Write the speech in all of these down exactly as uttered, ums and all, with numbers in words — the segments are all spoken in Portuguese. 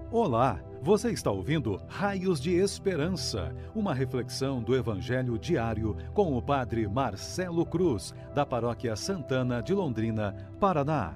Olá, você está ouvindo Raios de Esperança, uma reflexão do Evangelho diário com o Padre Marcelo Cruz, da Paróquia Santana de Londrina, Paraná.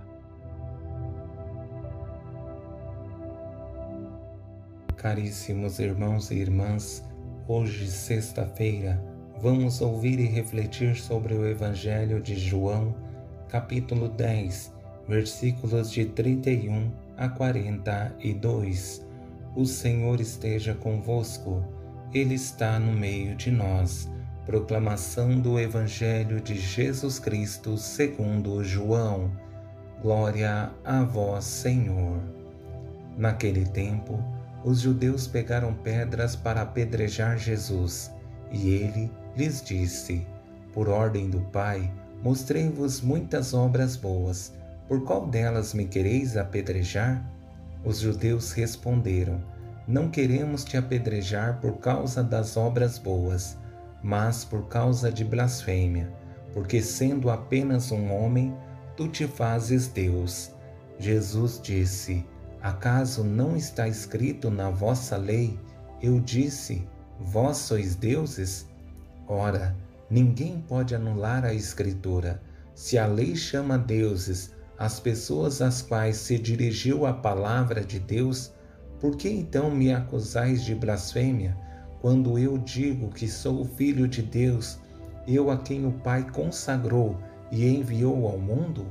Caríssimos irmãos e irmãs, hoje, sexta-feira, vamos ouvir e refletir sobre o Evangelho de João, capítulo dez, versículos de trinta e um a quarenta e dois. O Senhor esteja convosco, Ele está no meio de nós. Proclamação do Evangelho de Jesus Cristo segundo João. Glória a vós, Senhor. Naquele tempo, os judeus pegaram pedras para apedrejar Jesus, e ele lhes disse: Por ordem do Pai, mostrei-vos muitas obras boas. Por qual delas me quereis apedrejar? Os judeus responderam: Não queremos te apedrejar por causa das obras boas, mas por causa de blasfêmia, porque sendo apenas um homem, tu te fazes Deus. Jesus disse: Acaso não está escrito na vossa lei? Eu disse: Vós sois deuses? Ora, ninguém pode anular a Escritura. Se a lei chama deuses as pessoas às quais se dirigiu a palavra de Deus, por que então me acusais de blasfêmia, quando eu digo que sou o Filho de Deus, eu a quem o Pai consagrou e enviou ao mundo?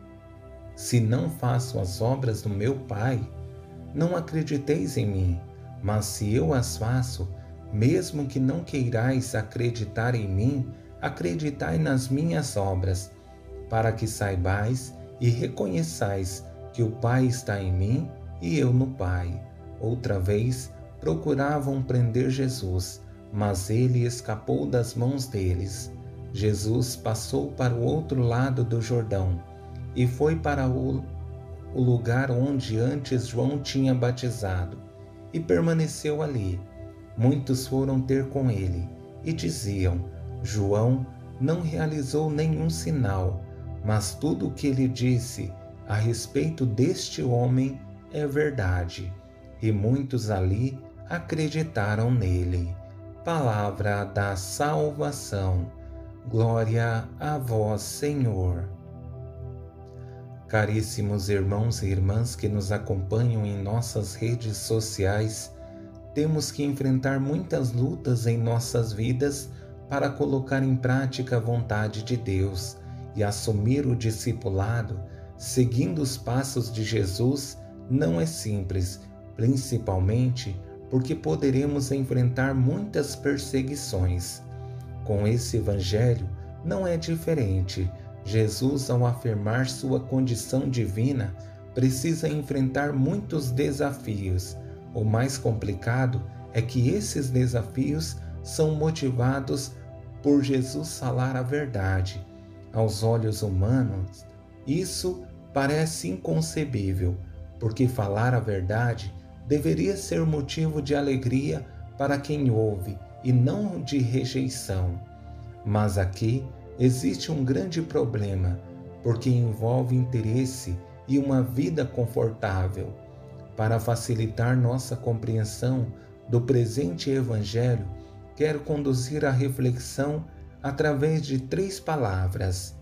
Se não faço as obras do meu Pai, não acrediteis em mim, mas se eu as faço, mesmo que não queirais acreditar em mim, acreditai nas minhas obras, para que saibais e reconheçais que o Pai está em mim e eu no Pai. Outra vez procuravam prender Jesus, mas ele escapou das mãos deles. Jesus passou para o outro lado do Jordão e foi para o, o lugar onde antes João tinha batizado, e permaneceu ali. Muitos foram ter com ele e diziam: João não realizou nenhum sinal, mas tudo o que ele disse a respeito deste homem é verdade. E muitos ali acreditaram nele. Palavra da salvação. Glória a vós, Senhor. Caríssimos irmãos e irmãs que nos acompanham em nossas redes sociais, temos que enfrentar muitas lutas em nossas vidas para colocar em prática a vontade de Deus e assumir o discipulado, seguindo os passos de Jesus, não é simples, principalmente porque poderemos enfrentar muitas perseguições. Com esse Evangelho não é diferente. Jesus, ao afirmar sua condição divina, precisa enfrentar muitos desafios. O mais complicado é que esses desafios são motivados por Jesus falar a verdade. Aos olhos humanos, isso parece inconcebível, porque falar a verdade deveria ser motivo de alegria para quem ouve e não de rejeição. Mas aqui existe um grande problema, porque envolve interesse e uma vida confortável. Para facilitar nossa compreensão do presente Evangelho, quero conduzir a reflexão através de três palavras.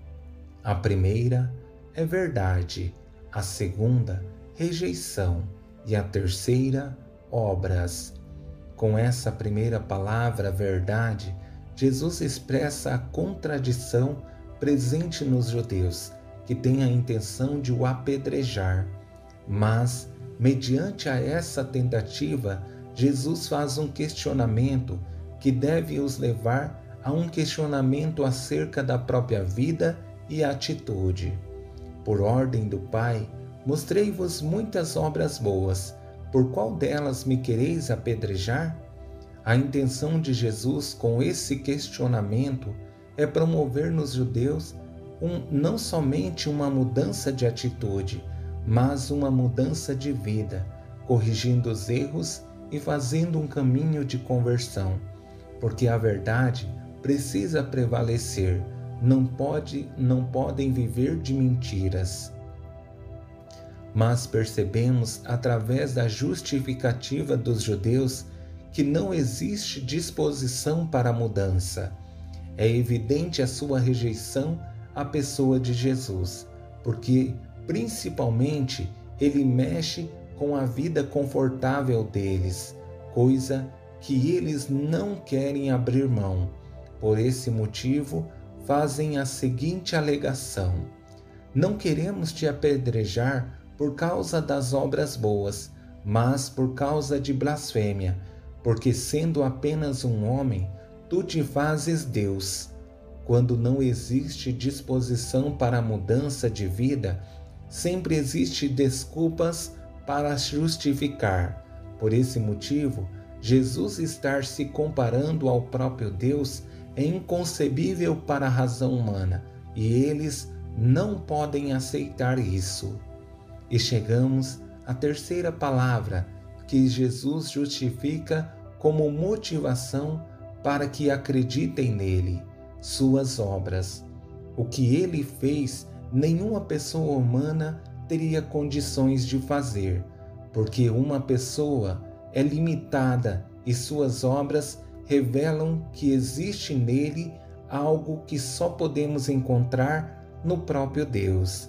A primeira é verdade, a segunda, rejeição, e a terceira, obras. Com essa primeira palavra, verdade, Jesus expressa a contradição presente nos judeus, que têm a intenção de o apedrejar. Mas, mediante a essa tentativa, Jesus faz um questionamento que deve os levar a um questionamento acerca da própria vida e atitude. Por ordem do Pai, mostrei-vos muitas obras boas. Por qual delas me quereis apedrejar? A intenção de Jesus com esse questionamento é promover nos judeus um, não somente uma mudança de atitude, mas uma mudança de vida, corrigindo os erros e fazendo um caminho de conversão, porque a verdade precisa prevalecer, não pode, não podem viver de mentiras. mas percebemos através da justificativa dos judeus que não existe disposição para a mudança. É evidente a sua rejeição à pessoa de Jesus, porque, principalmente, ele mexe com a vida confortável deles, coisa que eles não querem abrir mão. Por esse motivo, fazem a seguinte alegação: não queremos te apedrejar por causa das obras boas, mas por causa de blasfêmia, porque sendo apenas um homem, tu te fazes Deus. Quando não existe disposição para a mudança de vida, sempre existe desculpas para justificar. Por esse motivo, Jesus estar se comparando ao próprio Deus é inconcebível para a razão humana, e eles não podem aceitar isso. E chegamos à terceira palavra que Jesus justifica como motivação para que acreditem nele: suas obras. O que ele fez, nenhuma pessoa humana teria condições de fazer, porque uma pessoa é limitada e suas obras revelam que existe nele algo que só podemos encontrar no próprio Deus.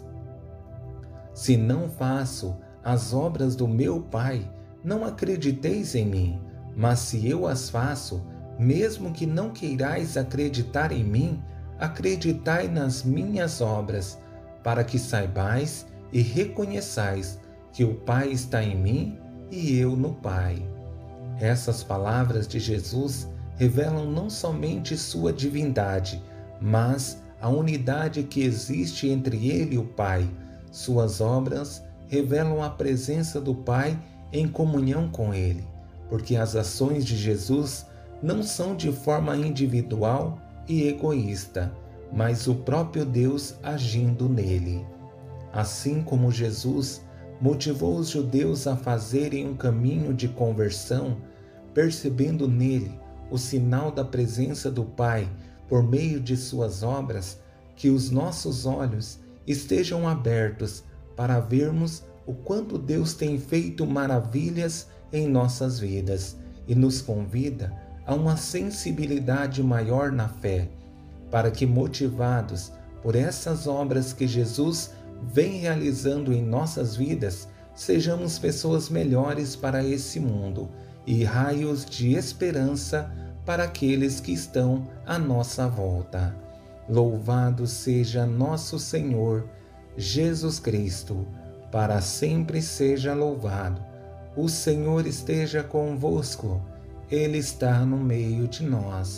Se não faço as obras do meu Pai, não acrediteis em mim, mas se eu as faço, mesmo que não queirais acreditar em mim, acreditai nas minhas obras, para que saibais e reconheçais que o Pai está em mim e eu no Pai. Essas palavras de Jesus revelam não somente sua divindade, mas a unidade que existe entre ele e o Pai. Suas obras revelam a presença do Pai em comunhão com ele, porque as ações de Jesus não são de forma individual e egoísta, mas o próprio Deus agindo nele. Assim como Jesus motivou os judeus a fazerem um caminho de conversão, percebendo nele o sinal da presença do Pai por meio de suas obras, que os nossos olhos estejam abertos para vermos o quanto Deus tem feito maravilhas em nossas vidas e nos convida a uma sensibilidade maior na fé, para que, motivados por essas obras que Jesus vem realizando em nossas vidas, sejamos pessoas melhores para esse mundo e raios de esperança para aqueles que estão à nossa volta. Louvado seja nosso Senhor Jesus Cristo, para sempre seja louvado. O Senhor esteja convosco, Ele está no meio de nós.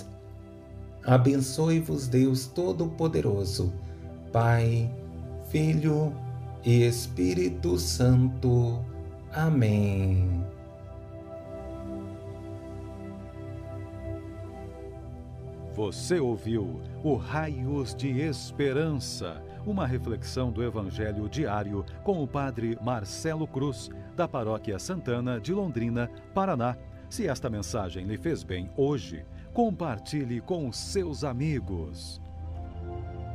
Abençoe-vos Deus Todo-Poderoso, Pai, Filho e Espírito Santo. Amém. Você ouviu o Raios de Esperança, uma reflexão do Evangelho diário com o Padre Marcelo Cruz, da Paróquia Santana de Londrina, Paraná. Se esta mensagem lhe fez bem hoje, compartilhe com os seus amigos.